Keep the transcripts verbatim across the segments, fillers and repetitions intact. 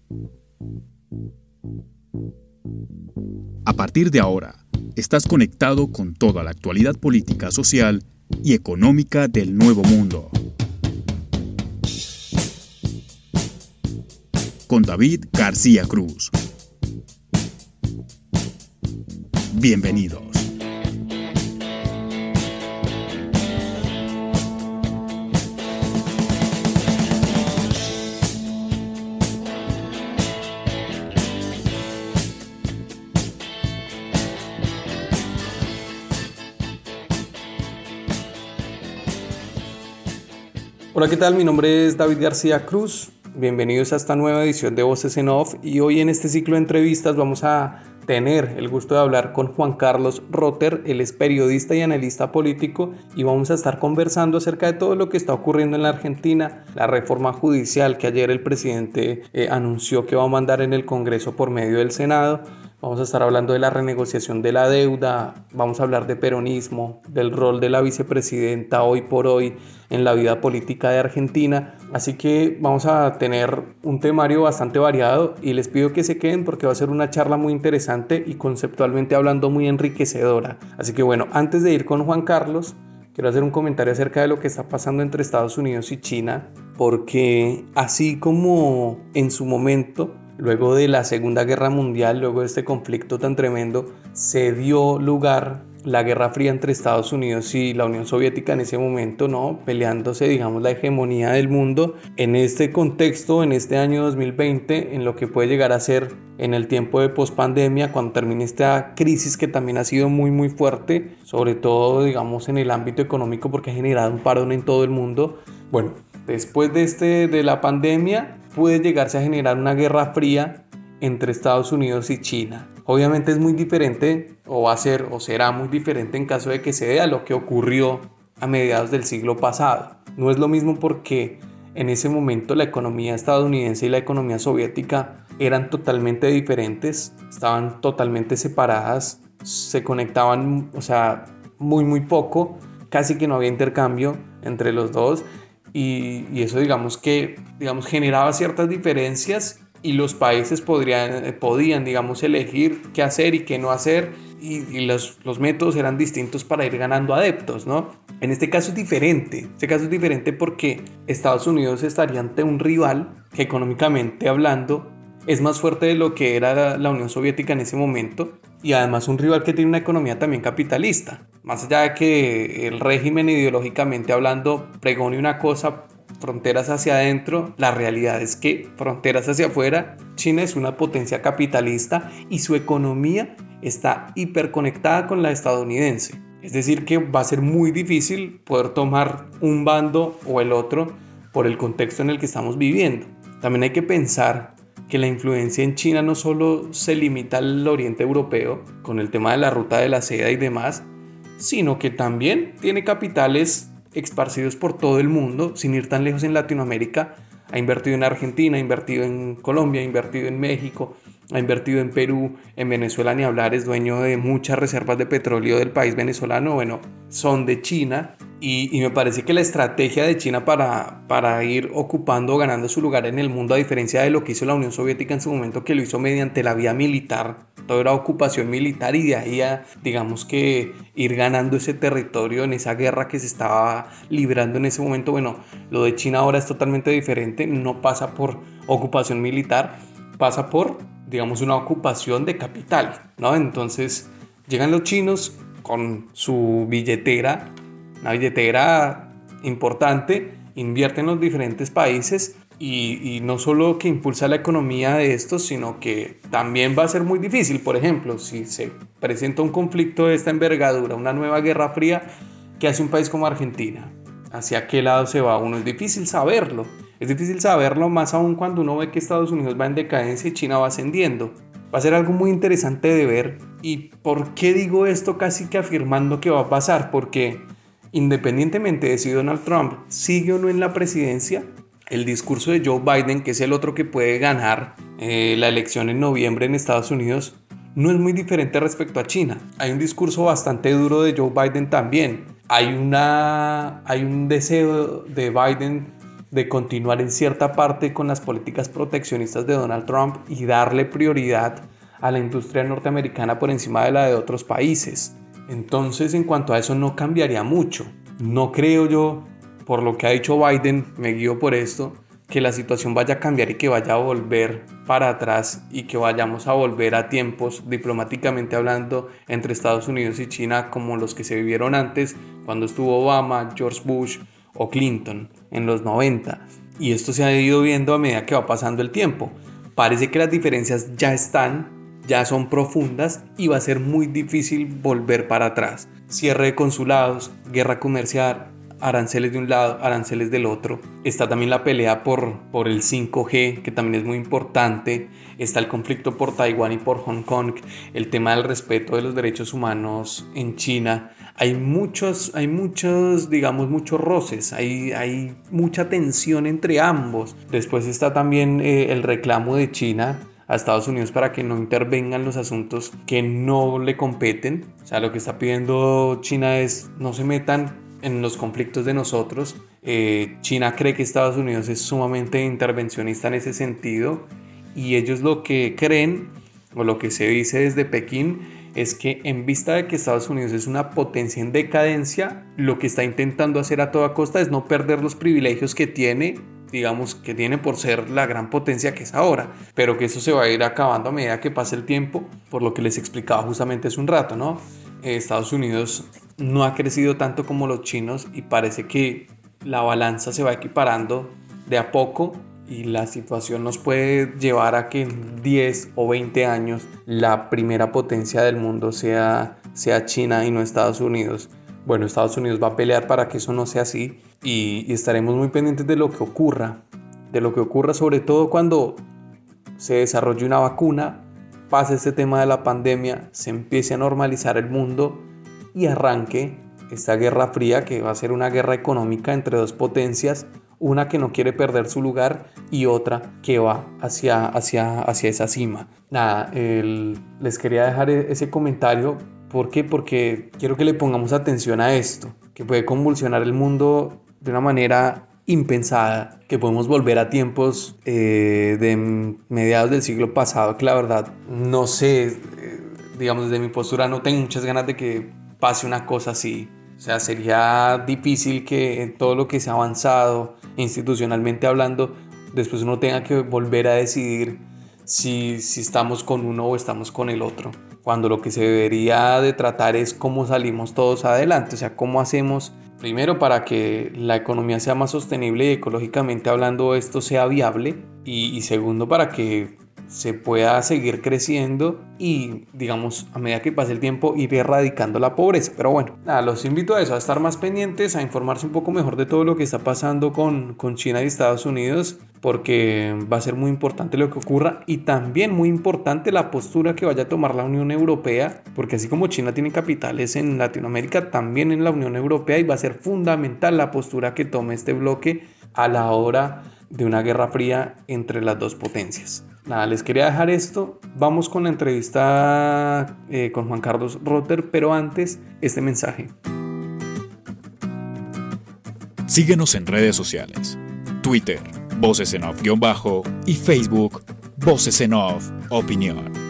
A partir de ahora, estás conectado con toda la actualidad política, social y económica del Nuevo Mundo. Con David García Cruz. Bienvenidos. Hola, ¿qué tal? Mi nombre es David García Cruz. Bienvenidos a esta nueva edición de Voces en Off, y hoy en este ciclo de entrevistas vamos a tener el gusto de hablar con Juan Carlos Rotter. Él es periodista y analista político, y vamos a estar conversando acerca de todo lo que está ocurriendo en la Argentina, la reforma judicial que ayer el presidente eh, anunció que va a mandar en el Congreso por medio del Senado. Vamos a estar hablando de la renegociación de la deuda, vamos a hablar de peronismo, del rol de la vicepresidenta hoy por hoy en la vida política de Argentina. Así que vamos a tener un temario bastante variado y les pido que se queden porque va a ser una charla muy interesante y conceptualmente hablando muy enriquecedora. Así que bueno, antes de ir con Juan Carlos, quiero hacer un comentario acerca de lo que está pasando entre Estados Unidos y China, porque así como en su momento, luego de la Segunda Guerra Mundial, luego de este conflicto tan tremendo, se dio lugar la Guerra Fría entre Estados Unidos y la Unión Soviética en ese momento, ¿no? Peleándose, digamos, la hegemonía del mundo. En este contexto, en este año dos mil veinte, en lo que puede llegar a ser en el tiempo de pospandemia, cuando termine esta crisis que también ha sido muy, muy fuerte, sobre todo, digamos, en el ámbito económico, porque ha generado un parón en todo el mundo. Bueno, después de, este, de la pandemia, puede llegarse a generar una guerra fría entre Estados Unidos y China. Obviamente es muy diferente, o va a ser, o será muy diferente en caso de que se dé a lo que ocurrió a mediados del siglo pasado. No es lo mismo porque en ese momento la economía estadounidense y la economía soviética eran totalmente diferentes, estaban totalmente separadas, se conectaban, o sea, muy muy poco, casi que no había intercambio entre los dos. Y, y eso digamos que digamos, generaba ciertas diferencias, y los países podrían, podían digamos, elegir qué hacer y qué no hacer, y, y los, los métodos eran distintos para ir ganando adeptos, ¿no? En este caso es diferente, este caso es diferente porque Estados Unidos estaría ante un rival que económicamente hablando es más fuerte de lo que era la Unión Soviética en ese momento, y además un rival que tiene una economía también capitalista. Más allá de que el régimen ideológicamente hablando pregone una cosa, fronteras hacia adentro, la realidad es que fronteras hacia afuera, China es una potencia capitalista y su economía está hiperconectada con la estadounidense. Es decir, que va a ser muy difícil poder tomar un bando o el otro por el contexto en el que estamos viviendo. También hay que pensar que la influencia en China no solo se limita al oriente europeo con el tema de la ruta de la seda y demás, sino que también tiene capitales esparcidos por todo el mundo, sin ir tan lejos en Latinoamérica. Ha invertido en Argentina, ha invertido en Colombia, ha invertido en México, ha invertido en Perú, en Venezuela ni hablar, es dueño de muchas reservas de petróleo del país venezolano, bueno, son de China. Y, y me parece que la estrategia de China para, para ir ocupando o ganando su lugar en el mundo, a diferencia de lo que hizo la Unión Soviética en su momento, que lo hizo mediante la vía militar, todo era ocupación militar, y de ahí a, digamos que, ir ganando ese territorio en esa guerra que se estaba librando en ese momento. Bueno, lo de China ahora es totalmente diferente, no pasa por ocupación militar, pasa por, digamos, una ocupación de capital, ¿no? Entonces llegan los chinos con su billetera, una billetera importante, invierte en los diferentes países, y, y no solo que impulsa la economía de estos, sino que también va a ser muy difícil. Por ejemplo, si se presenta un conflicto de esta envergadura, una nueva guerra fría, ¿qué hace un país como Argentina? ¿Hacia qué lado se va uno? Es difícil saberlo, es difícil saberlo más aún cuando uno ve que Estados Unidos va en decadencia y China va ascendiendo. Va a ser algo muy interesante de ver. ¿Y por qué digo esto casi que afirmando que va a pasar? Porque independientemente de si Donald Trump sigue o no en la presidencia, el discurso de Joe Biden, que es el otro que puede ganar eh, la elección en noviembre en Estados Unidos, no es muy diferente respecto a China. Hay un discurso bastante duro de Joe Biden también. Hay, una, hay un deseo de Biden de continuar en cierta parte con las políticas proteccionistas de Donald Trump y darle prioridad a la industria norteamericana por encima de la de otros países. Entonces, en cuanto a eso, no cambiaría mucho. No creo yo, por lo que ha dicho Biden, me guío por esto, que la situación vaya a cambiar y que vaya a volver para atrás y que vayamos a volver a tiempos, diplomáticamente hablando, entre Estados Unidos y China como los que se vivieron antes, cuando estuvo Obama, George Bush o Clinton en los noventa. Y esto se ha ido viendo a medida que va pasando el tiempo. Parece que las diferencias ya están, ya son profundas y va a ser muy difícil volver para atrás. Cierre de consulados, guerra comercial, aranceles de un lado, aranceles del otro. Está también la pelea por, por el cinco G, que también es muy importante. Está el conflicto por Taiwán y por Hong Kong, el tema del respeto de los derechos humanos en China. Hay muchos, hay muchos, digamos, muchos roces, hay, hay mucha tensión entre ambos. Después está también eh, el reclamo de China a Estados Unidos para que no intervengan los asuntos que no le competen. O sea, lo que está pidiendo China es no se metan en los conflictos de nosotros. eh, China cree que Estados Unidos es sumamente intervencionista en ese sentido, y ellos lo que creen, o lo que se dice desde Pekín, es que en vista de que Estados Unidos es una potencia en decadencia, lo que está intentando hacer a toda costa es no perder los privilegios que tiene, digamos, que tiene por ser la gran potencia que es ahora, pero que eso se va a ir acabando a medida que pase el tiempo, por lo que les explicaba justamente hace un rato, ¿no? Eh, Estados Unidos no ha crecido tanto como los chinos y parece que la balanza se va equiparando de a poco, y la situación nos puede llevar a que en diez o veinte años la primera potencia del mundo sea, sea China y no Estados Unidos. Bueno, Estados Unidos va a pelear para que eso no sea así, y, y estaremos muy pendientes de lo que ocurra, de lo que ocurra sobre todo cuando se desarrolle una vacuna, pase este tema de la pandemia, se empiece a normalizar el mundo y arranque esta guerra fría, que va a ser una guerra económica entre dos potencias, una que no quiere perder su lugar y otra que va hacia, hacia, hacia esa cima. Nada, el, les quería dejar ese comentario. ¿Por qué? Porque quiero que le pongamos atención a esto, que puede convulsionar el mundo de una manera impensada, que podemos volver a tiempos eh, de mediados del siglo pasado, que la verdad no sé, eh, digamos desde mi postura no tengo muchas ganas de que pase una cosa así. O sea, sería difícil que en todo lo que se ha avanzado institucionalmente hablando, después uno tenga que volver a decidir si, si estamos con uno o estamos con el otro, cuando lo que se debería de tratar es cómo salimos todos adelante. O sea, cómo hacemos primero para que la economía sea más sostenible y ecológicamente hablando esto sea viable, y, y segundo para que se pueda seguir creciendo y, digamos, a medida que pase el tiempo ir erradicando la pobreza. Pero bueno, nada, los invito a eso, a estar más pendientes, a informarse un poco mejor de todo lo que está pasando con, con China y Estados Unidos, porque va a ser muy importante lo que ocurra, y también muy importante la postura que vaya a tomar la Unión Europea, porque así como China tiene capitales en Latinoamérica, también en la Unión Europea, y va a ser fundamental la postura que tome este bloque a la hora de una guerra fría entre las dos potencias. Nada, les quería dejar esto. Vamos con la entrevista eh, con Juan Carlos Rotter, pero antes este mensaje. Síguenos en redes sociales: Twitter, Voces en Off-Bajo, y Facebook, Voces en Off Opinión.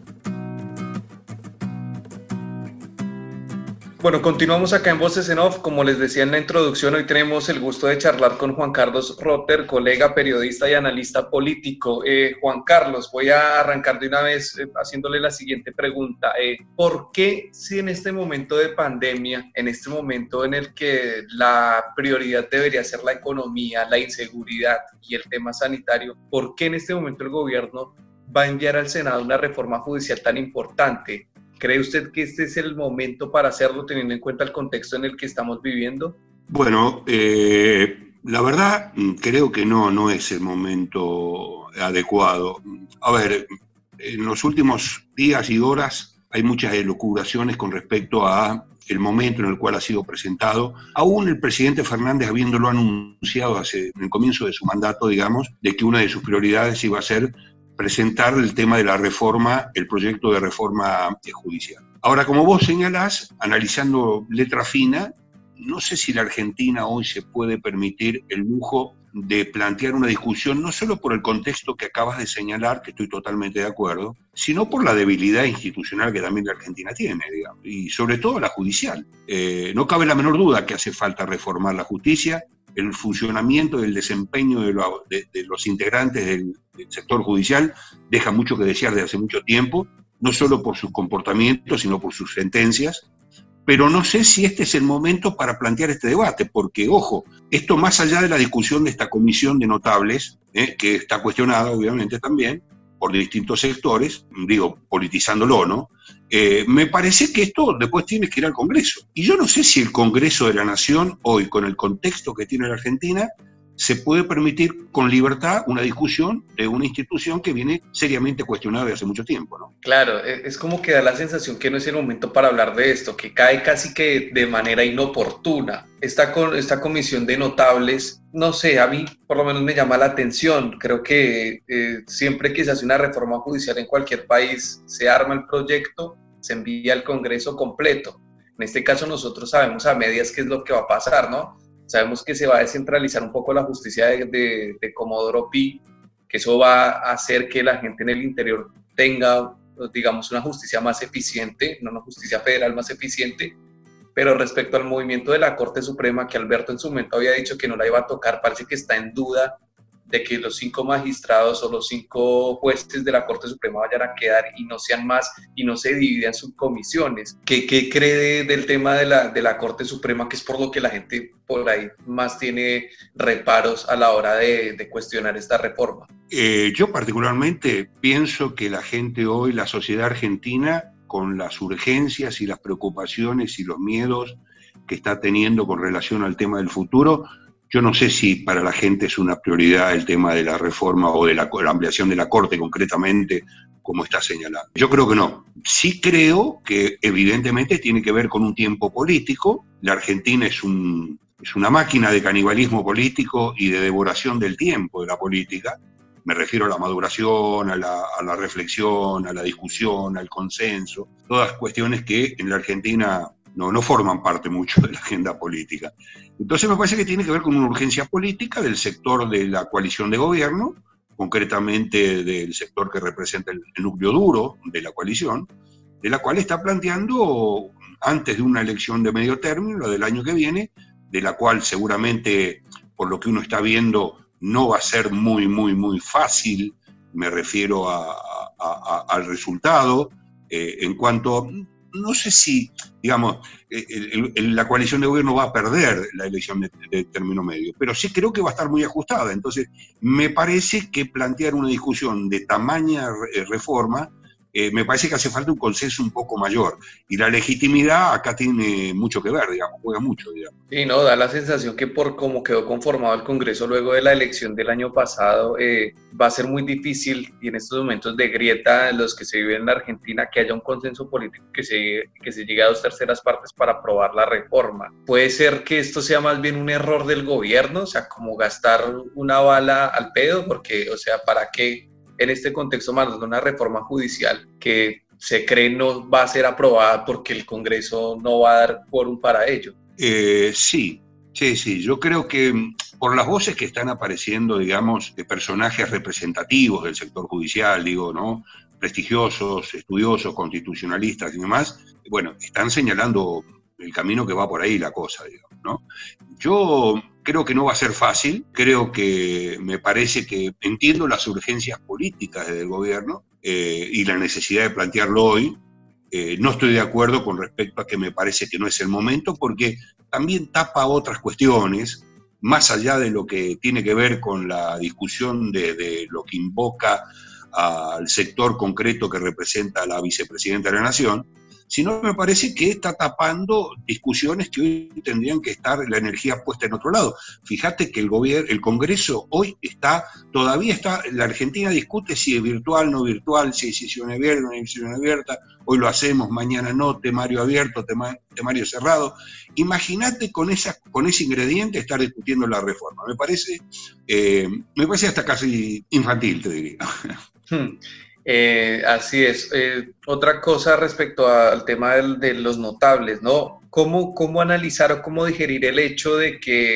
Bueno, continuamos acá en Voces en Off. Como les decía en la introducción, hoy tenemos el gusto de charlar con Juan Carlos Rotter, colega, periodista y analista político. Eh, Juan Carlos, voy a arrancar de una vez eh, haciéndole la siguiente pregunta. Eh, ¿Por qué, si en este momento de pandemia, en este momento en el que la prioridad debería ser la economía, la inseguridad y el tema sanitario, por qué en este momento el gobierno va a enviar al Senado una reforma judicial tan importante? ¿Cree usted que este es el momento para hacerlo, teniendo en cuenta el contexto en el que estamos viviendo? Bueno, eh, la verdad creo que no, no es el momento adecuado. A ver, en los últimos días y horas hay muchas elucubraciones con respecto a el momento en el cual ha sido presentado, aún el presidente Fernández habiéndolo anunciado hace, en el comienzo de su mandato, digamos, de que una de sus prioridades iba a ser presentar el tema de la reforma, el proyecto de reforma judicial. Ahora, como vos señalás, analizando letra fina, no sé si la Argentina hoy se puede permitir el lujo de plantear una discusión, no solo por el contexto que acabas de señalar, que estoy totalmente de acuerdo, sino por la debilidad institucional que también la Argentina tiene, digamos, y sobre todo la judicial. Eh, no cabe la menor duda que hace falta reformar la justicia. El funcionamiento y el desempeño de, lo, de, de los integrantes del, del sector judicial deja mucho que desear desde hace mucho tiempo, no solo por sus comportamientos, sino por sus sentencias. Pero no sé si este es el momento para plantear este debate, porque, ojo, esto más allá de la discusión de esta comisión de notables, eh, que está cuestionada obviamente también por distintos sectores, digo, politizándolo, ¿no? Eh, me parece que esto después tiene que ir al Congreso. Y yo no sé si el Congreso de la Nación, hoy, con el contexto que tiene la Argentina, se puede permitir con libertad una discusión de una institución que viene seriamente cuestionada desde hace mucho tiempo, ¿no? Claro, es como que da la sensación que no es el momento para hablar de esto, que cae casi que de manera inoportuna. Esta, esta comisión de notables, no sé, a mí por lo menos me llama la atención. Creo que eh, siempre que se hace una reforma judicial en cualquier país, se arma el proyecto, se envía al Congreso completo. En este caso nosotros sabemos a medias qué es lo que va a pasar, ¿no? Sabemos que se va a descentralizar un poco la justicia de, de, de Comodoro Pi, que eso va a hacer que la gente en el interior tenga, digamos, una justicia más eficiente, no una justicia federal más eficiente. Pero respecto al movimiento de la Corte Suprema, que Alberto en su momento había dicho que no la iba a tocar, parece que está en duda de que los cinco magistrados o los cinco jueces de la Corte Suprema vayan a quedar y no sean más y no se dividan subcomisiones. ¿Qué, qué cree de, del tema de la, de la Corte Suprema, que es por lo que la gente por ahí más tiene reparos a la hora de, de cuestionar esta reforma? Eh, yo particularmente pienso que la gente hoy, la sociedad argentina, con las urgencias y las preocupaciones y los miedos que está teniendo con relación al tema del futuro, yo no sé si para la gente es una prioridad el tema de la reforma o de la, la ampliación de la Corte concretamente, como está señalando. Yo creo que no. Sí creo que evidentemente tiene que ver con un tiempo político. La Argentina es, un, es una máquina de canibalismo político y de devoración del tiempo de la política. Me refiero a la maduración, a la, a la reflexión, a la discusión, al consenso, todas cuestiones que en la Argentina no, no forman parte mucho de la agenda política. Entonces me parece que tiene que ver con una urgencia política del sector de la coalición de gobierno, concretamente del sector que representa el, el núcleo duro de la coalición, de la cual está planteando antes de una elección de medio término, la del año que viene, de la cual seguramente, por lo que uno está viendo, no va a ser muy, muy, muy fácil, me refiero a, a, a, al resultado, eh, en cuanto, no sé si, digamos, el, el, la coalición de gobierno va a perder la elección de, de término medio, pero sí creo que va a estar muy ajustada. Entonces, me parece que plantear una discusión de tamaña re, reforma, Eh, me parece que hace falta un consenso un poco mayor, y la legitimidad acá tiene mucho que ver, digamos, juega mucho, digamos. Sí, no, da la sensación que por cómo quedó conformado el Congreso luego de la elección del año pasado, eh, va a ser muy difícil, y en estos momentos de grieta en los que se vive en la Argentina, que haya un consenso político, que se, que se llegue a dos terceras partes para aprobar la reforma. Puede ser que esto sea más bien un error del gobierno, o sea, como gastar una bala al pedo, porque, o sea, ¿para qué en este contexto mandando una reforma judicial que se cree no va a ser aprobada porque el Congreso no va a dar quórum para ello? Eh, sí, sí, sí. Yo creo que por las voces que están apareciendo, digamos, de personajes representativos del sector judicial, digo, ¿no? Prestigiosos, estudiosos, constitucionalistas y demás, bueno, están señalando el camino que va por ahí la cosa, digamos, ¿no? Yo creo que no va a ser fácil, creo que me parece que entiendo las urgencias políticas del gobierno eh, y la necesidad de plantearlo hoy. Eh, no estoy de acuerdo con respecto a que me parece que no es el momento, porque también tapa otras cuestiones, más allá de lo que tiene que ver con la discusión de, de lo que invoca al sector concreto que representa a la vicepresidenta de la Nación, sino me parece que está tapando discusiones que hoy tendrían que estar la energía puesta en otro lado. Fíjate que el gobierno, el Congreso hoy está, todavía está, la Argentina discute si es virtual, no virtual, si hay sesión abierta, no hay sesión abierta, hoy lo hacemos, mañana no, temario abierto, tema, temario cerrado. Imagínate con, esa, con ese ingrediente estar discutiendo la reforma. Me parece, eh, me parece hasta casi infantil, te diría. Hmm. Eh, así es. Eh, otra cosa respecto a, al tema del, de los notables, ¿no? ¿Cómo, ¿Cómo analizar o cómo digerir el hecho de que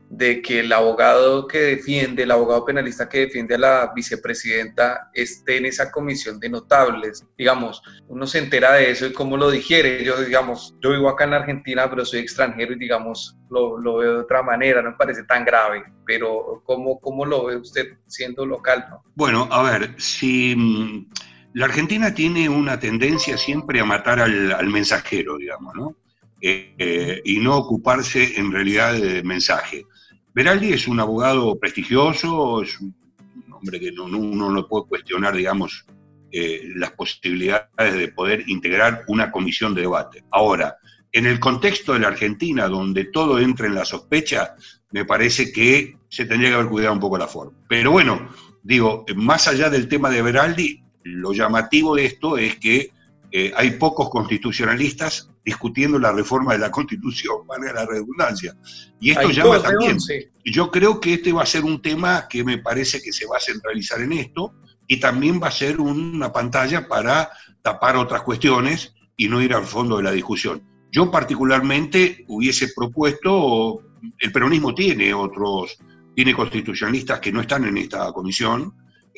de que el abogado que defiende, el abogado penalista que defiende a la vicepresidenta esté en esa comisión de notables. Digamos, uno se entera de eso y cómo lo digiere. Yo, digamos, yo vivo acá en Argentina, pero soy extranjero y, digamos, lo, lo veo de otra manera, no me parece tan grave. Pero, ¿cómo, cómo lo ve usted siendo local, no? Bueno, a ver, si la Argentina tiene una tendencia siempre a matar al, al mensajero, digamos, ¿no? Eh, eh, y no ocuparse en realidad del mensaje. Veraldi es un abogado prestigioso, es un hombre que no, no, uno no puede cuestionar, digamos, eh, las posibilidades de poder integrar una comisión de debate. Ahora, en el contexto de la Argentina, donde todo entra en la sospecha, me parece que se tendría que haber cuidado un poco la forma. Pero bueno, digo, más allá del tema de Veraldi, lo llamativo de esto es que eh, hay pocos constitucionalistas discutiendo la reforma de la Constitución, valga la redundancia. Y esto hay llama dos, también. once. Yo creo que este va a ser un tema que me parece que se va a centralizar en esto, y también va a ser una pantalla para tapar otras cuestiones y no ir al fondo de la discusión. Yo particularmente hubiese propuesto, el peronismo tiene otros, tiene constitucionalistas que no están en esta comisión,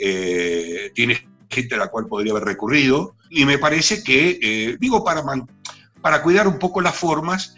eh, tiene gente a la cual podría haber recurrido, y me parece que, eh, digo, para, man, para cuidar un poco las formas,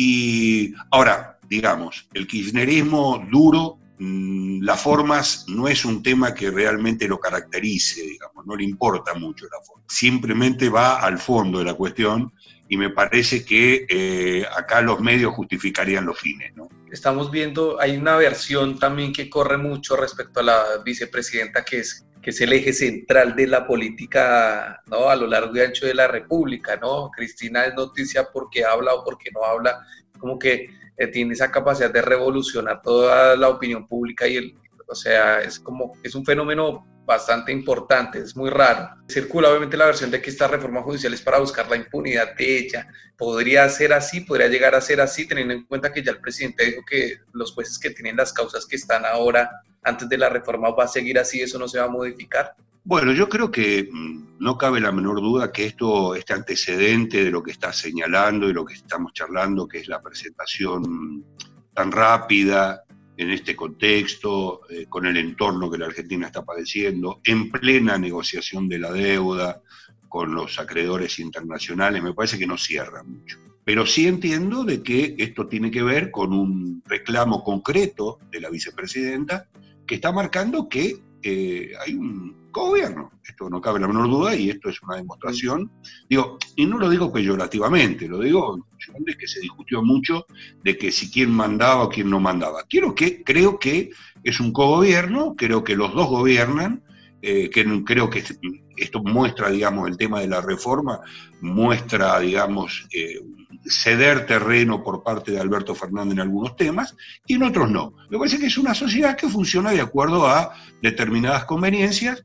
y ahora, digamos, el kirchnerismo duro, mmm, las formas no es un tema que realmente lo caracterice, digamos, no le importa mucho la forma, simplemente va al fondo de la cuestión, y me parece que eh, acá los medios justificarían los fines, ¿no? Estamos viendo, hay una versión también que corre mucho respecto a la vicepresidenta, que es que es el eje central de la política, ¿no?, a lo largo y ancho de la República, ¿no? Cristina es noticia porque habla o porque no habla, como que eh, tiene esa capacidad de revolucionar toda la opinión pública y el, o sea, es como, es un fenómeno bastante importante, es muy raro. Circula obviamente la versión de que esta reforma judicial es para buscar la impunidad de ella. Podría ser así, podría llegar a ser así, teniendo en cuenta que ya el presidente dijo que los jueces que tienen las causas que están ahora antes de la reforma va a seguir así, eso no se va a modificar. Bueno, yo creo que no cabe la menor duda que esto, este antecedente de lo que está señalando y lo que estamos charlando, que es la presentación tan rápida en este contexto, eh, con el entorno que la Argentina está padeciendo, en plena negociación de la deuda con los acreedores internacionales, me parece que no cierra mucho. Pero sí entiendo de que esto tiene que ver con un reclamo concreto de la vicepresidenta que está marcando que eh, hay un cogobierno. Esto no cabe la menor duda y esto es una demostración. Digo, y no lo digo peyorativamente, lo digo es que se discutió mucho de que si quién mandaba o quién no mandaba. Quiero que, creo que es un cogobierno, creo que los dos gobiernan, eh, que creo que esto muestra, digamos, el tema de la reforma, muestra, digamos, eh, ceder terreno por parte de Alberto Fernández en algunos temas, y en otros no. Me parece que es una sociedad que funciona de acuerdo a determinadas conveniencias,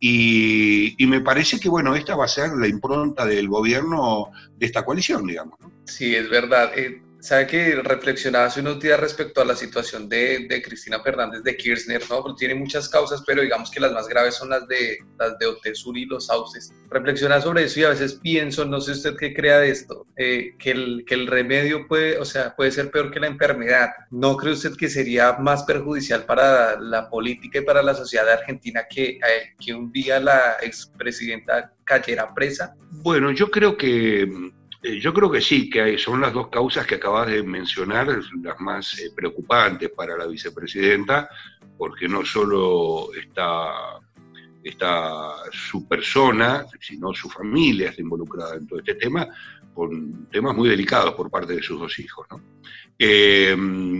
y, y me parece que, bueno, esta va a ser la impronta del gobierno de esta coalición, digamos, ¿no? Sí, es verdad. Eh, ¿Sabe que reflexionaba hace unos días respecto a la situación de, de Cristina Fernández de Kirchner, ¿no? Porque tiene muchas causas, pero digamos que las más graves son las de, las de Otesur y los sauces. Reflexionaba sobre eso y a veces pienso, no sé usted qué crea de esto, eh, que, el, que el remedio puede, o sea, puede ser peor que la enfermedad. ¿No cree usted que sería más perjudicial para la política y para la sociedad de Argentina que, eh, que un día la expresidenta cayera presa? Bueno, yo creo que... Yo creo que sí, que son las dos causas que acabas de mencionar las más eh, preocupantes para la vicepresidenta, porque no solo está, está su persona, sino su familia está involucrada en todo este tema, con temas muy delicados por parte de sus dos hijos, ¿no? Eh,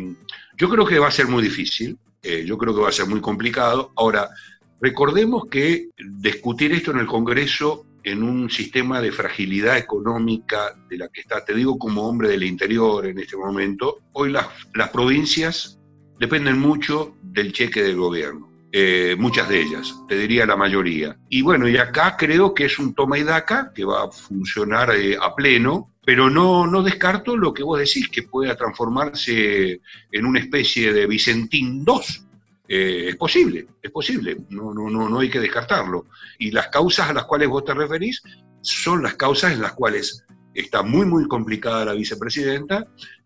yo creo que va a ser muy difícil, eh, yo creo que va a ser muy complicado. Ahora, recordemos que discutir esto en el Congreso en un sistema de fragilidad económica de la que está, te digo como hombre del interior en este momento, hoy las, las provincias dependen mucho del cheque del gobierno, eh, muchas de ellas, te diría la mayoría. Y bueno, y acá creo que es un toma y daca que va a funcionar eh, a pleno, pero no, no descarto lo que vos decís, que pueda transformarse en una especie de Vicentín dos. Eh, es posible, es posible, no, no, no, no hay que descartarlo. Y las causas a las cuales vos te referís son las causas en las cuales está muy, muy complicada la vicepresidenta,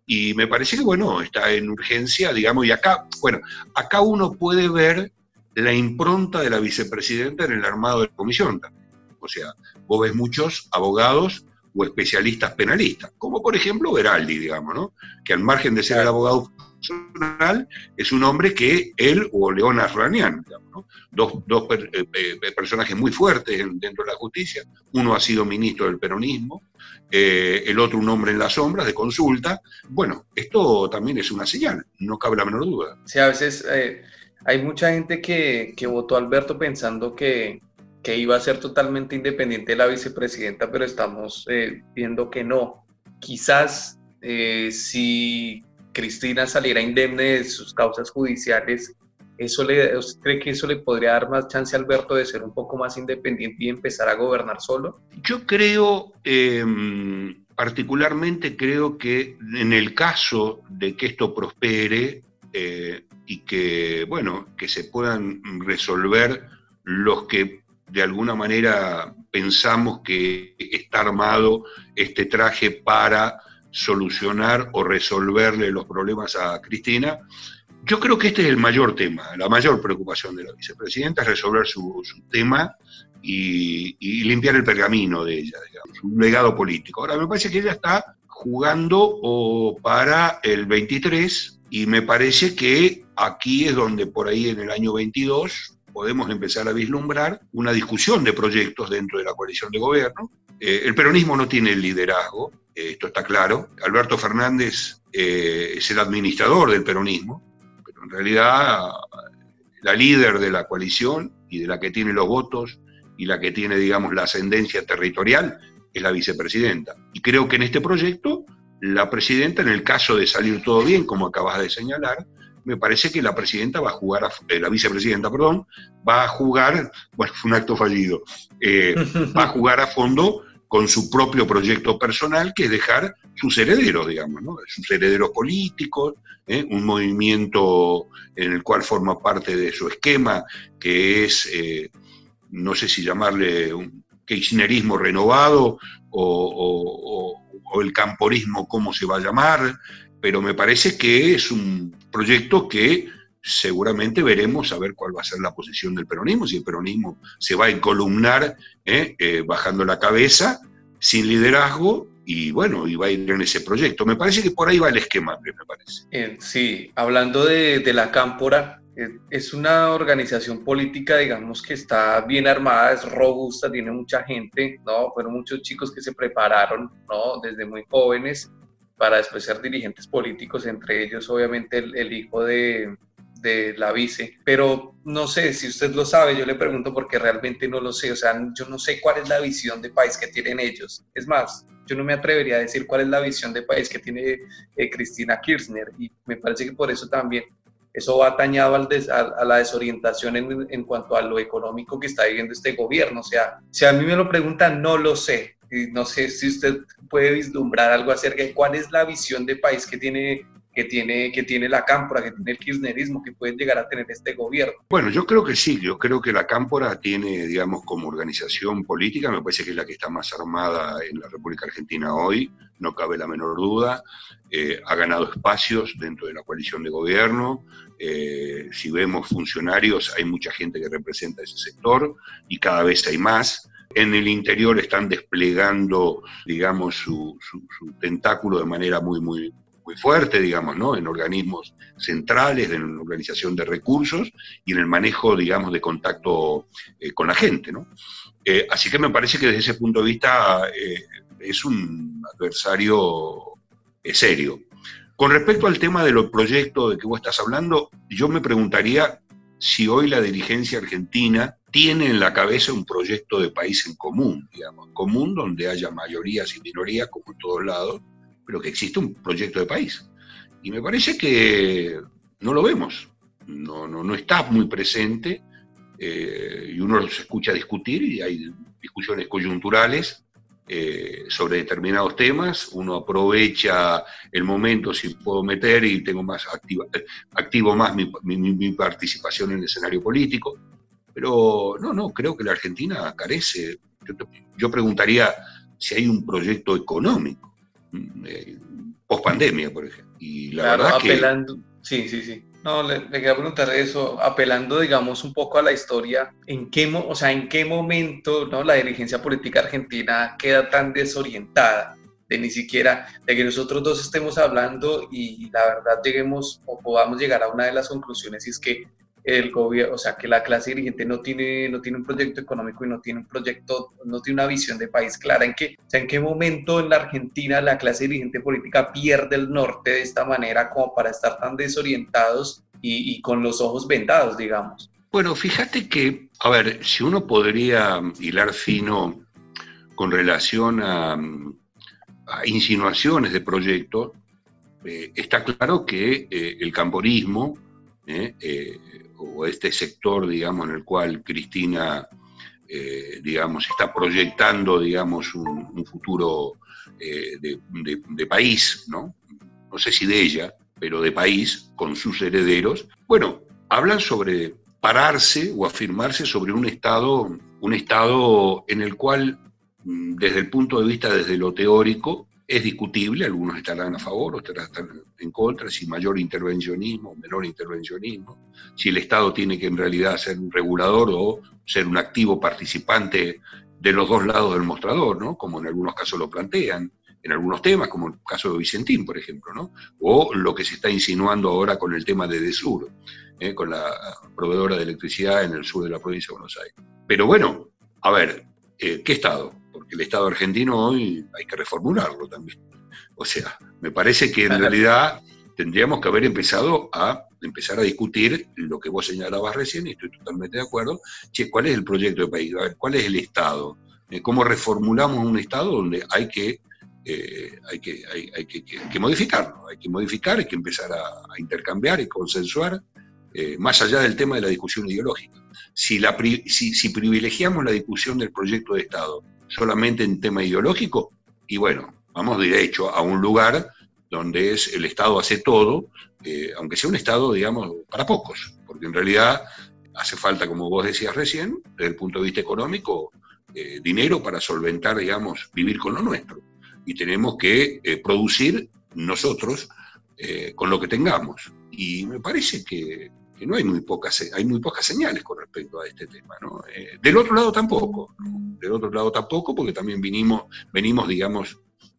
Y me parece que, bueno, está en urgencia, digamos, y acá, bueno, acá uno puede ver la impronta de la vicepresidenta en el armado de la comisión también. O sea, vos ves muchos abogados o especialistas penalistas, como por ejemplo Veraldi, digamos, ¿no? Que al margen de ser el abogado profesional, es un hombre que él o León Arranian, digamos, ¿no? Dos, dos per, eh, eh, personajes muy fuertes dentro de la justicia. Uno ha sido ministro del peronismo, eh, el otro un hombre en las sombras de consulta. Bueno, esto también es una señal, no cabe la menor duda. Sí, a veces eh, hay mucha gente que, que votó a Alberto pensando que, que iba a ser totalmente independiente de la vicepresidenta, pero estamos eh, viendo que no. Quizás eh, si Cristina saliera indemne de sus causas judiciales, eso le, ¿usted cree que eso le podría dar más chance a Alberto de ser un poco más independiente y empezar a gobernar solo? Yo creo, eh, particularmente creo que en el caso de que esto prospere eh, y que, bueno, que se puedan resolver los que de alguna manera pensamos que está armado este traje para solucionar o resolverle los problemas a Cristina. Yo creo que este es el mayor tema, la mayor preocupación de la vicepresidenta es resolver su, su tema y, y limpiar el pergamino de ella, digamos, un legado político. Ahora, me parece que ella está jugando o para el veintitrés y me parece que aquí es donde por ahí en el año veintidós podemos empezar a vislumbrar una discusión de proyectos dentro de la coalición de gobierno. Eh, el peronismo no tiene el liderazgo, eh, esto está claro. Alberto Fernández eh, es el administrador del peronismo, pero en realidad la líder de la coalición y de la que tiene los votos y la que tiene, digamos, la ascendencia territorial es la vicepresidenta. Y creo que en este proyecto, la presidenta, en el caso de salir todo bien, como acabas de señalar, me parece que la presidenta va a jugar, a, eh, la vicepresidenta, perdón, va a jugar, bueno, fue un acto fallido, eh, va a jugar a fondo con su propio proyecto personal, que es dejar sus herederos, digamos, ¿no? Sus herederos políticos, ¿eh? Un movimiento en el cual forma parte de su esquema, que es, eh, no sé si llamarle un kirchnerismo renovado o, o, o, o el camporismo, cómo se va a llamar, pero me parece que es un proyecto que seguramente veremos a ver cuál va a ser la posición del peronismo, si el peronismo se va a encolumnar eh, eh, bajando la cabeza, sin liderazgo, y bueno, y va a ir en ese proyecto. Me parece que por ahí va el esquema, me parece. Eh, sí, hablando de, de la Cámpora, eh, es una organización política, digamos, que está bien armada, es robusta, tiene mucha gente, ¿no? Fueron muchos chicos que se prepararon, ¿no? Desde muy jóvenes, para después ser dirigentes políticos, entre ellos obviamente el, el hijo de, de la vice, pero no sé si usted lo sabe, yo le pregunto porque realmente no lo sé, o sea, yo no sé cuál es la visión de país que tienen ellos, es más, yo no me atrevería a decir cuál es la visión de país que tiene eh, Cristina Kirchner, y me parece que por eso también eso va atañado al des, a, a la desorientación en, en cuanto a lo económico que está viviendo este gobierno, o sea, si a mí me lo preguntan, no lo sé. No sé si usted puede vislumbrar algo acerca de cuál es la visión de país que tiene, que tiene, que tiene la Cámpora, que tiene el kirchnerismo, que puede llegar a tener este gobierno. Bueno, yo creo que sí, yo creo que la Cámpora tiene, digamos, como organización política, me parece que es la que está más armada en la República Argentina hoy, no cabe la menor duda, eh, ha ganado espacios dentro de la coalición de gobierno, eh, si vemos funcionarios, hay mucha gente que representa ese sector y cada vez hay más. En el interior están desplegando, digamos, su, su, su tentáculo de manera muy, muy, muy fuerte, digamos, ¿no? En organismos centrales, en la organización de recursos y en el manejo, digamos, de contacto eh, con la gente, ¿no? Eh, así que me parece que desde ese punto de vista eh, es un adversario eh, serio. Con respecto al tema de los proyectos de que vos estás hablando, yo me preguntaría si hoy la dirigencia argentina tiene en la cabeza un proyecto de país en común, digamos, común donde haya mayorías y minorías como en todos lados, pero que existe un proyecto de país. Y me parece que no lo vemos, no, no, no está muy presente, eh, y uno los escucha discutir y hay discusiones coyunturales eh, sobre determinados temas, uno aprovecha el momento si puedo meter y tengo más activa, activo más mi, mi, mi participación en el escenario político. Pero no, no, creo que la Argentina carece. Yo, te, yo preguntaría si hay un proyecto económico. Eh, post-pandemia, por ejemplo. Y la claro, verdad apelando, que... sí, sí, sí. No, le, le quería preguntar eso, apelando, digamos, un poco a la historia, ¿en qué, mo, o sea, en qué momento, ¿no?, la dirigencia política argentina queda tan desorientada de ni siquiera, de que nosotros dos estemos hablando y la verdad lleguemos o podamos llegar a una de las conclusiones, y es que el gobierno, o sea, que la clase dirigente no tiene, no tiene un proyecto económico y no tiene un proyecto, no tiene una visión de país clara? ¿En qué, o sea, en qué momento en la Argentina la clase dirigente política pierde el norte de esta manera como para estar tan desorientados y, y con los ojos vendados, digamos? Bueno, fíjate que, a ver, si uno podría hilar fino con relación a, a insinuaciones de proyectos, eh, está claro que eh, el camporismo, eh, eh, o este sector, digamos, en el cual Cristina, eh, digamos, está proyectando, digamos, un, un futuro eh, de, de, de país, ¿no? No sé si de ella, pero de país, con sus herederos. Bueno, hablan sobre pararse o afirmarse sobre un Estado, un Estado en el cual, desde el punto de vista, desde lo teórico, es discutible, algunos estarán a favor, otros estarán en contra, si mayor intervencionismo o menor intervencionismo, si el Estado tiene que en realidad ser un regulador o ser un activo participante de los dos lados del mostrador, ¿no? Como en algunos casos lo plantean, en algunos temas, como el caso de Vicentín, por ejemplo, ¿no? O lo que se está insinuando ahora con el tema de Edesur, ¿eh? Con la proveedora de electricidad en el sur de la provincia de Buenos Aires. Pero bueno, a ver, eh, ¿qué Estado? Porque el Estado argentino hoy hay que reformularlo también. O sea, me parece que en realidad tendríamos que haber empezado a empezar a discutir lo que vos señalabas recién, y estoy totalmente de acuerdo. Che, ¿cuál es el proyecto de país? A ver, ¿cuál es el Estado? Eh, ¿Cómo reformulamos un Estado donde hay que, eh, hay que, hay, hay que, que, que modificarlo? Hay que modificar, hay que empezar a, a intercambiar y consensuar, eh, más allá del tema de la discusión ideológica. Si, la, si, si privilegiamos la discusión del proyecto de Estado solamente en tema ideológico, y bueno, vamos derecho a un lugar donde es el Estado hace todo, eh, aunque sea un Estado, digamos, para pocos, porque en realidad hace falta, como vos decías recién, desde el punto de vista económico, eh, dinero para solventar, digamos, vivir con lo nuestro. Y tenemos que eh, producir nosotros eh, con lo que tengamos. Y me parece que, que no hay muy pocas, hay muy pocas señales con respecto a este tema, ¿no? Eh, del otro lado tampoco, ¿no? Del otro lado tampoco, porque también vinimos, venimos, digamos,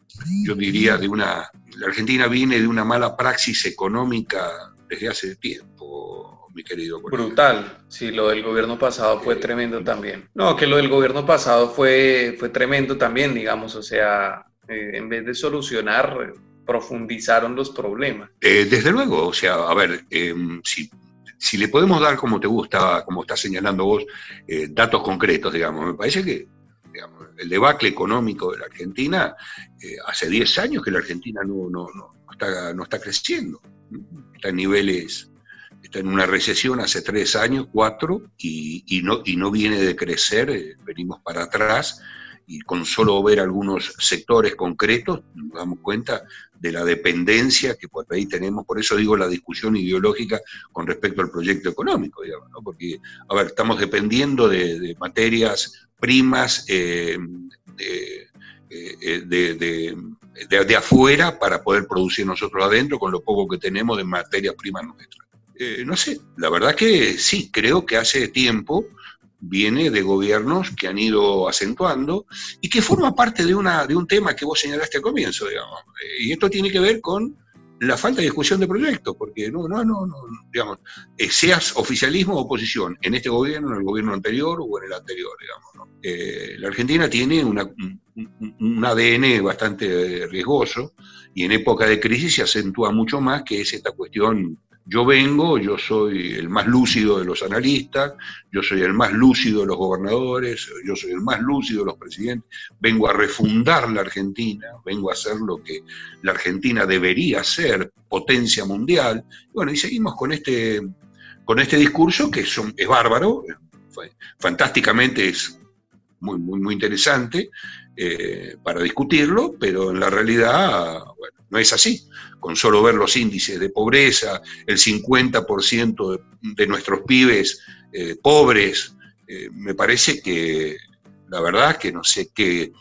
yo diría, de una... La Argentina viene de una mala praxis económica desde hace tiempo, mi querido colega. Brutal, sí, lo del gobierno pasado fue eh, tremendo también. No, que lo del gobierno pasado fue, fue tremendo también, digamos, o sea, eh, en vez de solucionar, profundizaron los problemas. Eh, desde luego, o sea, a ver, eh, si, si le podemos dar, como te gusta, como estás señalando vos, eh, datos concretos, digamos, me parece que, digamos, el debacle económico de la Argentina, eh, hace diez años que la Argentina no, no, no, está, no está creciendo, está en niveles, está en una recesión hace tres años, cuatro, y, y, no, y no viene de crecer, eh, venimos para atrás, y con solo ver algunos sectores concretos nos damos cuenta de la dependencia que por ahí tenemos. Por eso digo la discusión ideológica con respecto al proyecto económico, digamos, ¿no? Porque, a ver, estamos dependiendo de, de materias primas eh, de, de, de, de, de afuera para poder producir nosotros adentro con lo poco que tenemos de materias primas nuestras. Eh, no sé, la verdad que sí, creo que hace tiempo viene de gobiernos que han ido acentuando y que forma parte de, una, de un tema que vos señalaste al comienzo, digamos. Y esto tiene que ver con la falta de discusión de proyectos, porque no, no, no, no digamos, seas oficialismo o oposición, en este gobierno, en el gobierno anterior o en el anterior, digamos, ¿no? Eh, la Argentina tiene una, un, un A D N bastante riesgoso y en época de crisis se acentúa mucho más, que es esta cuestión. Yo vengo, yo soy el más lúcido de los analistas, yo soy el más lúcido de los gobernadores, yo soy el más lúcido de los presidentes, vengo a refundar la Argentina, vengo a hacer lo que la Argentina debería ser, potencia mundial. Bueno, y seguimos con este, con este discurso que son, es bárbaro, fantásticamente es muy, muy, muy interesante eh, para discutirlo, pero en la realidad, bueno, no es así. Con solo ver los índices de pobreza, el cincuenta por ciento de, de nuestros pibes eh, pobres, eh, me parece que la verdad que no sé qué,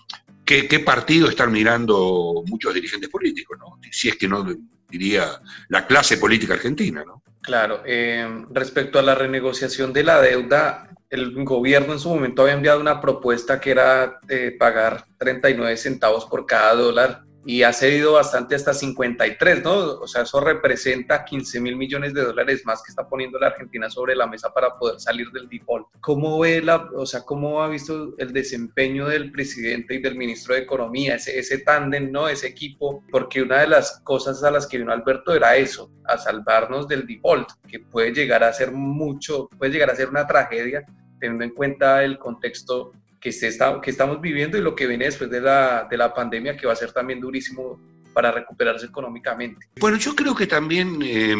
qué, qué partido están mirando muchos dirigentes políticos, ¿no? Si es que no diría la clase política argentina, ¿no? Claro, eh, respecto a la renegociación de la deuda, el gobierno en su momento había enviado una propuesta que era eh, pagar treinta y nueve centavos por cada dólar y ha cedido bastante hasta cincuenta y tres, ¿no? O sea, eso representa quince mil millones de dólares más que está poniendo la Argentina sobre la mesa para poder salir del default. ¿Cómo ve la, o sea, cómo ha visto el desempeño del presidente y del ministro de Economía, ese, ese tándem, ¿no? Ese equipo, porque una de las cosas a las que vino Alberto era eso, a salvarnos del default, que puede llegar a ser mucho, puede llegar a ser una tragedia, teniendo en cuenta el contexto que, se está, que estamos viviendo y lo que viene después de la, de la pandemia, que va a ser también durísimo para recuperarse económicamente. Bueno, yo creo que también eh,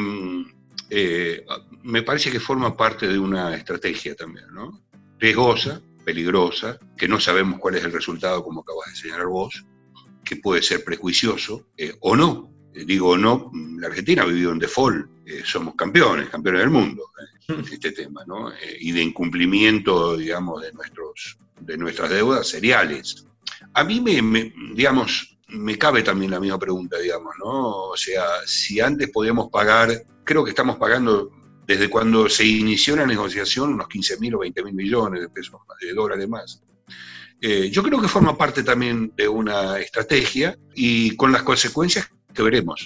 eh, me parece que forma parte de una estrategia también, ¿no? Riesgosa, peligrosa, que no sabemos cuál es el resultado, como acabas de señalar vos, que puede ser prejuicioso eh, o no. Eh, digo o no, la Argentina ha vivido en default, eh, somos campeones, campeones del mundo eh, en este tema, ¿no? Eh, y de incumplimiento, digamos, de, nuestros, de nuestras deudas seriales. A mí me, me, digamos, me cabe también la misma pregunta, digamos, ¿no? O sea, si antes podíamos pagar, creo que estamos pagando desde cuando se inició la negociación unos quince mil o veinte mil millones de pesos, de dólares más. Eh, yo creo que forma parte también de una estrategia y con las consecuencias que veremos,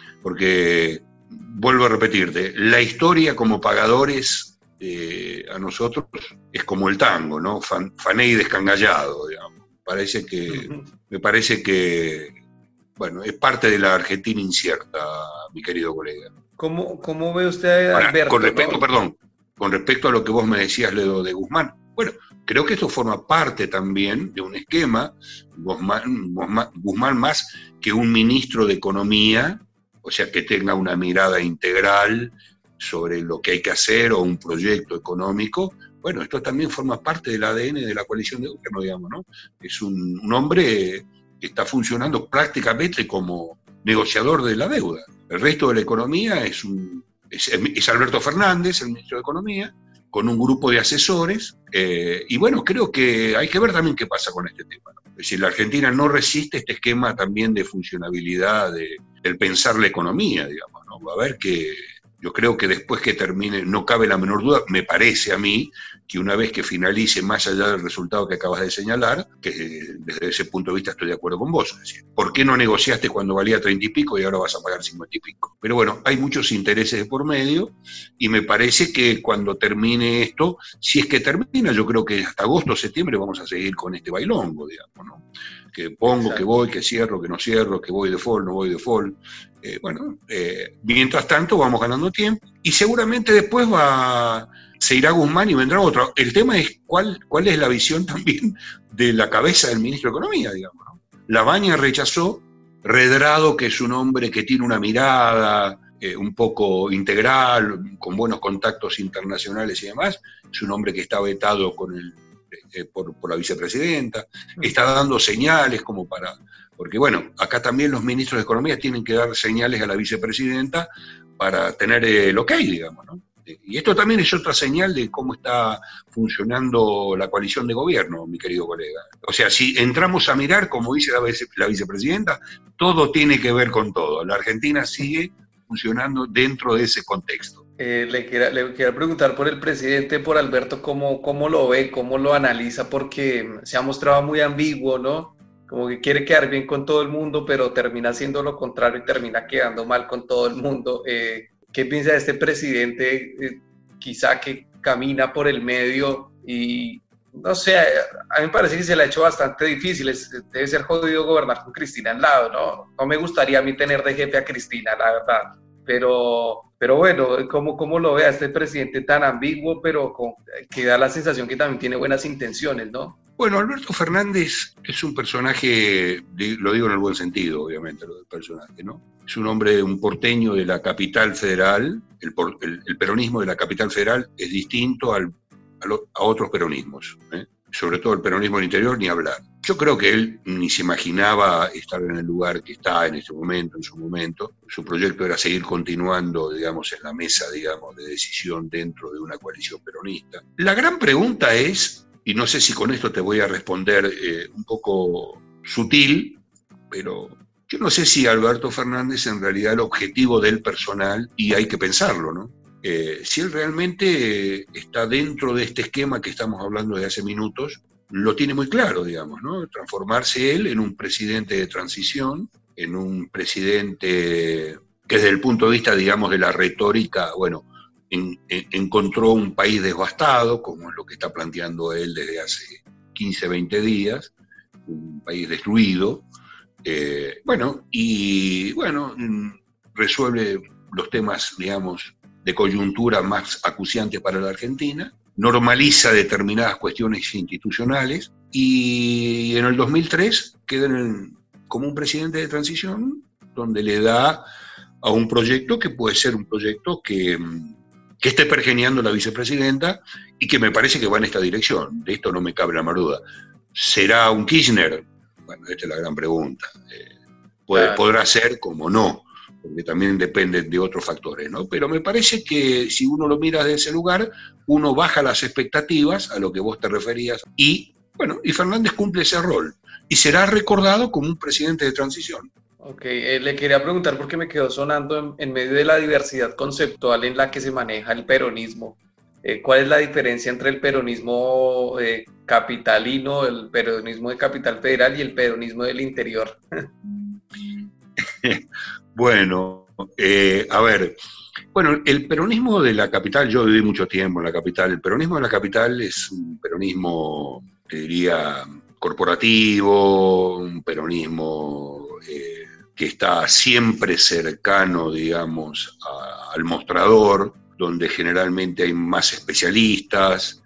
porque vuelvo a repetirte, la historia como pagadores eh, a nosotros es como el tango, ¿no? Fan, fané y descangallado, digamos. Parece que, me parece que, bueno, es parte de la Argentina incierta, mi querido colega. ¿Cómo, cómo ve usted, Ahora, Alberto? con respecto, ¿no? perdón, con respecto a lo que vos me decías, Ledo, de Guzmán, bueno, creo que esto forma parte también de un esquema, Guzmán, Guzmán, Guzmán más que un ministro de Economía, o sea, que tenga una mirada integral sobre lo que hay que hacer o un proyecto económico. Bueno, esto también forma parte del A D N de la coalición de gobierno, digamos, ¿no? Es un, un hombre que está funcionando prácticamente como negociador de la deuda. El resto de la economía es, un, es, es Alberto Fernández, el ministro de Economía, con un grupo de asesores, eh, y bueno, creo que hay que ver también qué pasa con este tema, ¿no? Es decir, la Argentina no resiste este esquema también de funcionabilidad, de, del pensar la economía, digamos, ¿no? Va a ver que yo creo que después que termine, no cabe la menor duda, me parece a mí, que una vez que finalice, más allá del resultado que acabas de señalar, que desde ese punto de vista estoy de acuerdo con vos. Es decir, ¿por qué no negociaste cuando valía treinta y pico y ahora vas a pagar cincuenta y pico? Pero bueno, hay muchos intereses de por medio y me parece que cuando termine esto, si es que termina, yo creo que hasta agosto o septiembre vamos a seguir con este bailongo, digamos, ¿no? Que pongo, Exacto. que voy, que cierro, que no cierro, que voy de default, no voy de default. Eh, bueno, eh, mientras tanto vamos ganando tiempo y seguramente después va, se irá Guzmán y vendrá otro. El tema es cuál, cuál es la visión también de la cabeza del ministro de Economía, digamos, ¿no? Labaña rechazó, Redrado, que es un hombre que tiene una mirada eh, un poco integral, con buenos contactos internacionales y demás, es un hombre que está vetado con el Eh, por, por la vicepresidenta, está dando señales como para, porque bueno, acá también los ministros de Economía tienen que dar señales a la vicepresidenta para tener el ok, digamos, ¿no? Y esto también es otra señal de cómo está funcionando la coalición de gobierno, mi querido colega. O sea, si entramos a mirar, como dice la, vice, la vicepresidenta, todo tiene que ver con todo. La Argentina sigue funcionando dentro de ese contexto. Eh, le, quiera, le quiero preguntar por el presidente, por Alberto, cómo, cómo lo ve, cómo lo analiza, porque se ha mostrado muy ambiguo, ¿no? Como que quiere quedar bien con todo el mundo, pero termina haciendo lo contrario y termina quedando mal con todo el mundo. Eh, ¿Qué piensa de este presidente, eh, quizá que camina por el medio y, no sé, a mí me parece que se le ha hecho bastante difícil, es, debe ser jodido gobernar con Cristina al lado, ¿no? No me gustaría a mí tener de jefe a Cristina, la verdad. Pero, pero bueno, ¿cómo, cómo lo ve a este presidente tan ambiguo, pero con, que da la sensación que también tiene buenas intenciones, ¿no? Bueno, Alberto Fernández es un personaje, lo digo en el buen sentido, obviamente, lo del personaje, ¿no? Es un hombre, un porteño de la capital federal, el, el, el peronismo de la capital federal es distinto al, a, lo, a otros peronismos, ¿eh? Sobre todo el peronismo del interior, ni hablar. Yo creo que él ni se imaginaba estar en el lugar que está en este momento, en su momento. Su proyecto era seguir continuando, digamos, en la mesa, digamos, de decisión dentro de una coalición peronista. La gran pregunta es, y no sé si con esto te voy a responder eh, un poco sutil, pero yo no sé si Alberto Fernández en realidad el objetivo del personal, y hay que pensarlo, ¿no? Eh, si él realmente eh, está dentro de este esquema que estamos hablando de hace minutos, lo tiene muy claro, digamos, ¿no? Transformarse él en un presidente de transición, en un presidente que desde el punto de vista, digamos, de la retórica, bueno, en, en, encontró un país devastado, como es lo que está planteando él desde hace quince, veinte días, un país destruido, eh, bueno, y bueno, resuelve los temas, digamos, de coyuntura más acuciantes para la Argentina, normaliza determinadas cuestiones institucionales y en el dos mil tres queda en el, como un presidente de transición donde le da a un proyecto que puede ser un proyecto que, que esté pergeñando la vicepresidenta y que me parece que va en esta dirección. De esto no me cabe la menor duda. ¿Será un Kirchner? Bueno, esta es la gran pregunta. Eh, puede, claro. Podrá ser como no, porque también depende de otros factores, ¿no? Pero me parece que si uno lo mira desde ese lugar, uno baja las expectativas a lo que vos te referías y, bueno, y Fernández cumple ese rol y será recordado como un presidente de transición. Ok, eh, le quería preguntar porque me quedó sonando en, en medio de la diversidad conceptual en la que se maneja el peronismo. Eh, ¿Cuál es la diferencia entre el peronismo eh, capitalino, el peronismo de Capital Federal y el peronismo del interior? Bueno, eh, a ver, bueno, el peronismo de la capital, yo viví mucho tiempo en la capital, el peronismo de la capital es un peronismo, te diría, corporativo, un peronismo eh, que está siempre cercano, digamos, a, al mostrador, donde generalmente hay más especialistas,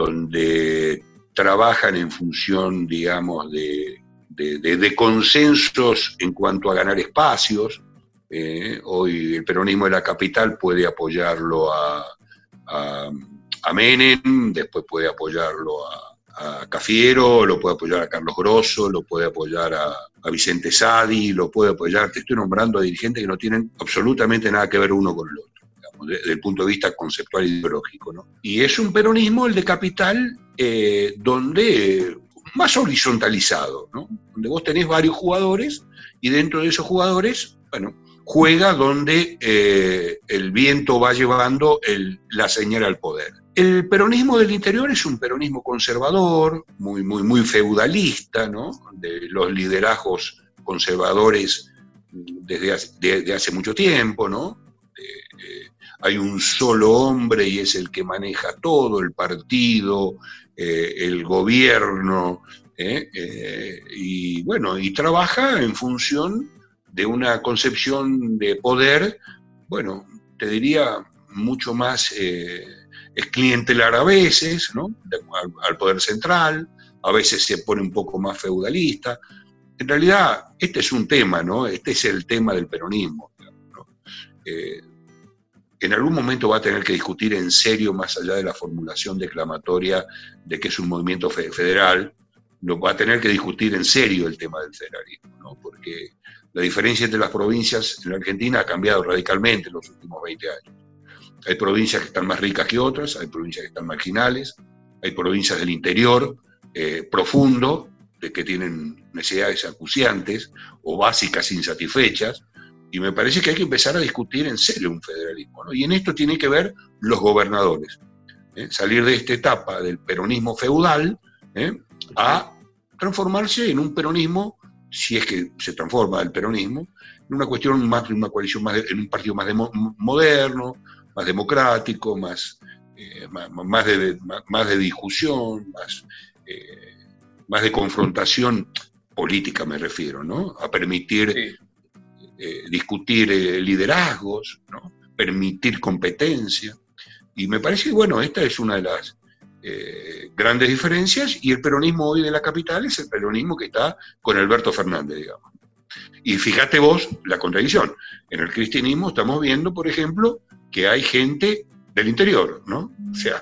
donde trabajan en función, digamos, de, de, de, de consensos en cuanto a ganar espacios. Eh, hoy el peronismo de la capital puede apoyarlo a, a, a Menem, después puede apoyarlo a, a Cafiero, lo puede apoyar a Carlos Grosso, lo puede apoyar a, a Vicente Sadi, lo puede apoyar, te estoy nombrando a dirigentes que no tienen absolutamente nada que ver uno con el otro, digamos, desde el punto de vista conceptual y ideológico, ¿no? Y es un peronismo, el de capital, eh, donde más horizontalizado, ¿no? Donde vos tenés varios jugadores y dentro de esos jugadores, bueno, juega donde eh, el viento va llevando el, la señal al poder. El peronismo del interior es un peronismo conservador, muy, muy, muy feudalista, ¿no? De los liderazgos conservadores desde hace, de, de hace mucho tiempo, ¿no? Eh, eh, hay un solo hombre y es el que maneja todo, el partido, eh, el gobierno, eh, eh, y bueno, y trabaja en función de una concepción de poder, bueno, te diría mucho más eh, es clientelar a veces, ¿no? Al, al poder central, a veces se pone un poco más feudalista. En realidad, este es un tema, ¿no? Este es el tema del peronismo, ¿no? Eh, en algún momento va a tener que discutir en serio, más allá de la formulación declamatoria de que es un movimiento fe- federal, lo va a tener que discutir en serio el tema del federalismo, ¿no? Porque la diferencia entre las provincias en la Argentina ha cambiado radicalmente en los últimos veinte años. Hay provincias que están más ricas que otras, hay provincias que están marginales, hay provincias del interior eh, profundo, de que tienen necesidades acuciantes o básicas insatisfechas, y me parece que hay que empezar a discutir en serio un federalismo, ¿no? Y en esto tienen que ver los gobernadores, ¿eh? Salir de esta etapa del peronismo feudal ¿eh? a transformarse en un peronismo, si es que se transforma el peronismo, en una cuestión más, en una coalición más, de, en un partido más demo, moderno, más democrático, más, eh, más, más, de, más, más de discusión, más, eh, más de confrontación política me refiero, ¿no? A permitir sí. eh, discutir eh, liderazgos, ¿no? Permitir competencia. Y me parece que, bueno, esta es una de las eh, grandes diferencias, y el peronismo hoy de la capital es el peronismo que está con Alberto Fernández, digamos. Y fíjate vos la contradicción. En el cristianismo estamos viendo, por ejemplo, que hay gente del interior, ¿no? O sea,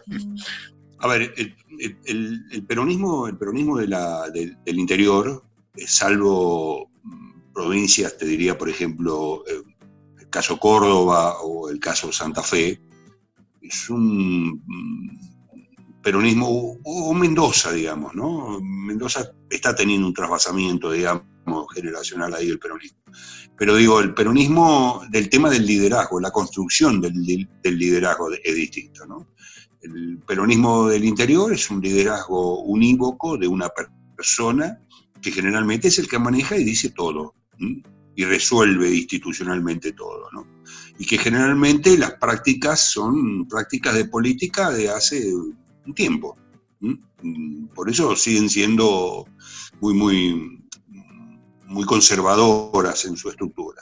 a ver, el, el, el peronismo, el peronismo de la, de, del interior, salvo provincias, te diría, por ejemplo, el caso Córdoba o el caso Santa Fe, es un peronismo, o, o Mendoza, digamos, ¿no? Mendoza está teniendo un trasvasamiento, digamos, generacional ahí el peronismo. Pero digo, el peronismo del tema del liderazgo, la construcción del, del liderazgo es distinto, ¿no? El peronismo del interior es un liderazgo unívoco de una persona que generalmente es el que maneja y dice todo, ¿sí? Y resuelve institucionalmente todo, ¿no? Y que generalmente las prácticas son prácticas de política de hace un tiempo, ¿sí? Por eso siguen siendo muy, muy, muy conservadoras en su estructura.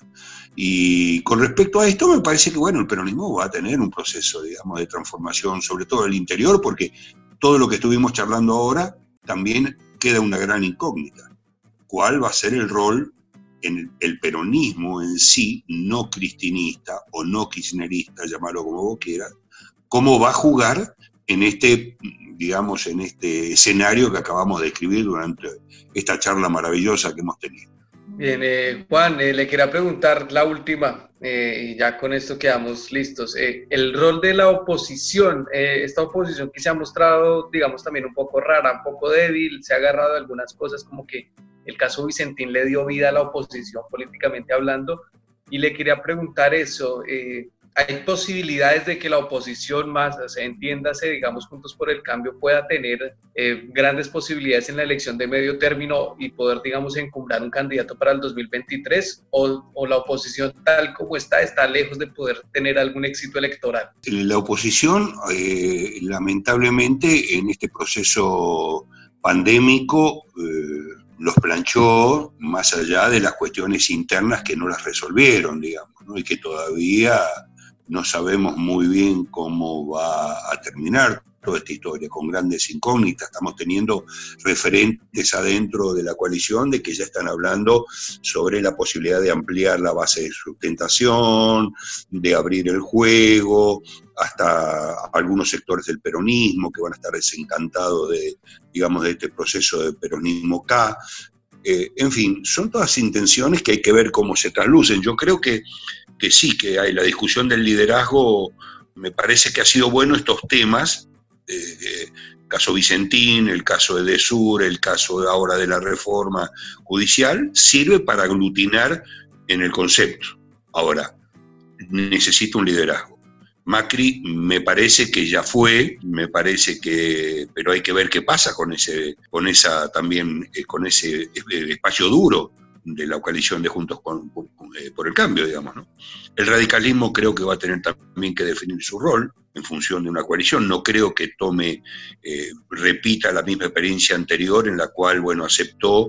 Y con respecto a esto, me parece que, bueno, el peronismo va a tener un proceso, digamos, de transformación, sobre todo el interior, porque todo lo que estuvimos charlando ahora también queda una gran incógnita. ¿Cuál va a ser el rol en el peronismo en sí, no cristinista o no kirchnerista, llamarlo como vos quieras? ¿Cómo va a jugar en este, digamos, en este escenario que acabamos de describir durante esta charla maravillosa que hemos tenido? Bien, eh, Juan, eh, le quería preguntar la última, eh, y ya con esto quedamos listos. Eh, el rol de la oposición, eh, esta oposición que se ha mostrado, digamos, también un poco rara, un poco débil, se ha agarrado a algunas cosas, como que el caso Vicentín le dio vida a la oposición políticamente hablando, y le quería preguntar eso. Eh, ¿Hay posibilidades de que la oposición más, o sea, entiéndase, digamos, Juntos por el Cambio, pueda tener eh, grandes posibilidades en la elección de medio término y poder, digamos, encumbrar un candidato para el dos mil veintitrés? ¿O, o la oposición tal como está, está lejos de poder tener algún éxito electoral? La oposición, eh, lamentablemente, en este proceso pandémico, eh, los planchó más allá de las cuestiones internas que no las resolvieron, digamos, ¿no? Y que todavía no sabemos muy bien cómo va a terminar toda esta historia, con grandes incógnitas. Estamos teniendo referentes adentro de la coalición de que ya están hablando sobre la posibilidad de ampliar la base de sustentación, de abrir el juego, hasta algunos sectores del peronismo que van a estar desencantados de, digamos, de este proceso de peronismo K. Eh, en fin, son todas intenciones que hay que ver cómo se traslucen. Yo creo que que sí, que hay la discusión del liderazgo. Me parece que ha sido bueno estos temas, eh, eh, el caso Vicentín, el caso de Edesur, el caso de ahora de la reforma judicial, sirve para aglutinar en el concepto. Ahora, necesita un liderazgo. Macri me parece que ya fue, me parece que, pero hay que ver qué pasa con ese, con esa también, eh, con ese espacio duro de la coalición de Juntos con, con, eh, por el Cambio, digamos, ¿no? El radicalismo creo que va a tener también que definir su rol en función de una coalición. No creo que tome, eh, repita la misma experiencia anterior en la cual, bueno, aceptó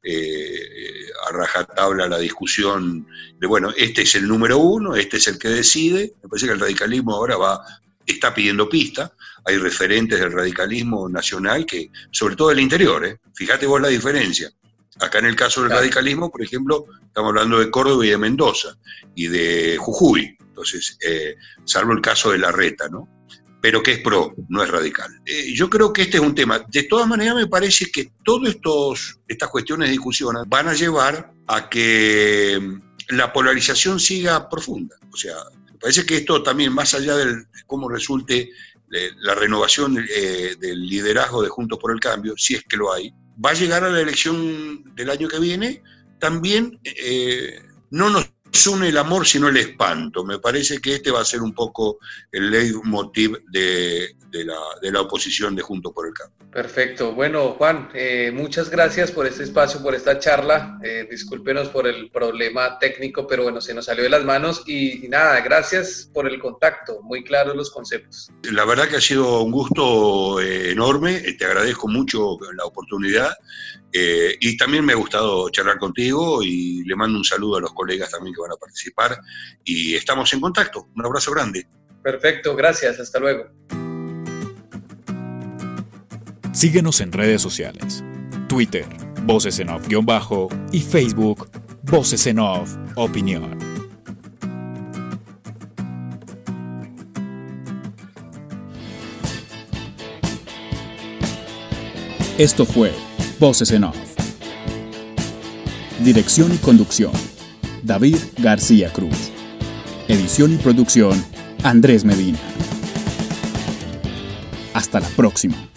eh, a rajatabla la discusión de, bueno, este es el número uno, este es el que decide. Me parece que el radicalismo ahora va, está pidiendo pista. Hay referentes del radicalismo nacional que, sobre todo del interior, ¿eh? Fíjate vos la diferencia. Acá en el caso del radicalismo, por ejemplo, estamos hablando de Córdoba y de Mendoza, y de Jujuy, entonces, eh, salvo el caso de Larreta, ¿no? Pero que es pro, no es radical. Eh, yo creo que este es un tema. De todas maneras, me parece que todas estas cuestiones de discusión van a llevar a que la polarización siga profunda. O sea, me parece que esto también, más allá de cómo resulte la renovación eh, del liderazgo de Juntos por el Cambio, si es que lo hay, va a llegar a la elección del año que viene, también eh, no nos une el amor, sino el espanto. Me parece que este va a ser un poco el leitmotiv de, de, la, de la oposición de Juntos por el Cambio. Perfecto. Bueno, Juan, eh, muchas gracias por este espacio, por esta charla. Eh, discúlpenos por el problema técnico, pero bueno, se nos salió de las manos y, y nada, gracias por el contacto, muy claros los conceptos. La verdad que ha sido un gusto eh, enorme, te agradezco mucho la oportunidad eh, y también me ha gustado charlar contigo y le mando un saludo a los colegas también que van a participar y estamos en contacto. Un abrazo grande. Perfecto, gracias, hasta luego. Síguenos en redes sociales, Twitter, Voces en Off-Bajo y Facebook, Voces en Off Opinión. Esto fue Voces en Off. Dirección y conducción, David García Cruz. Edición y producción, Andrés Medina. Hasta Hasta la próxima.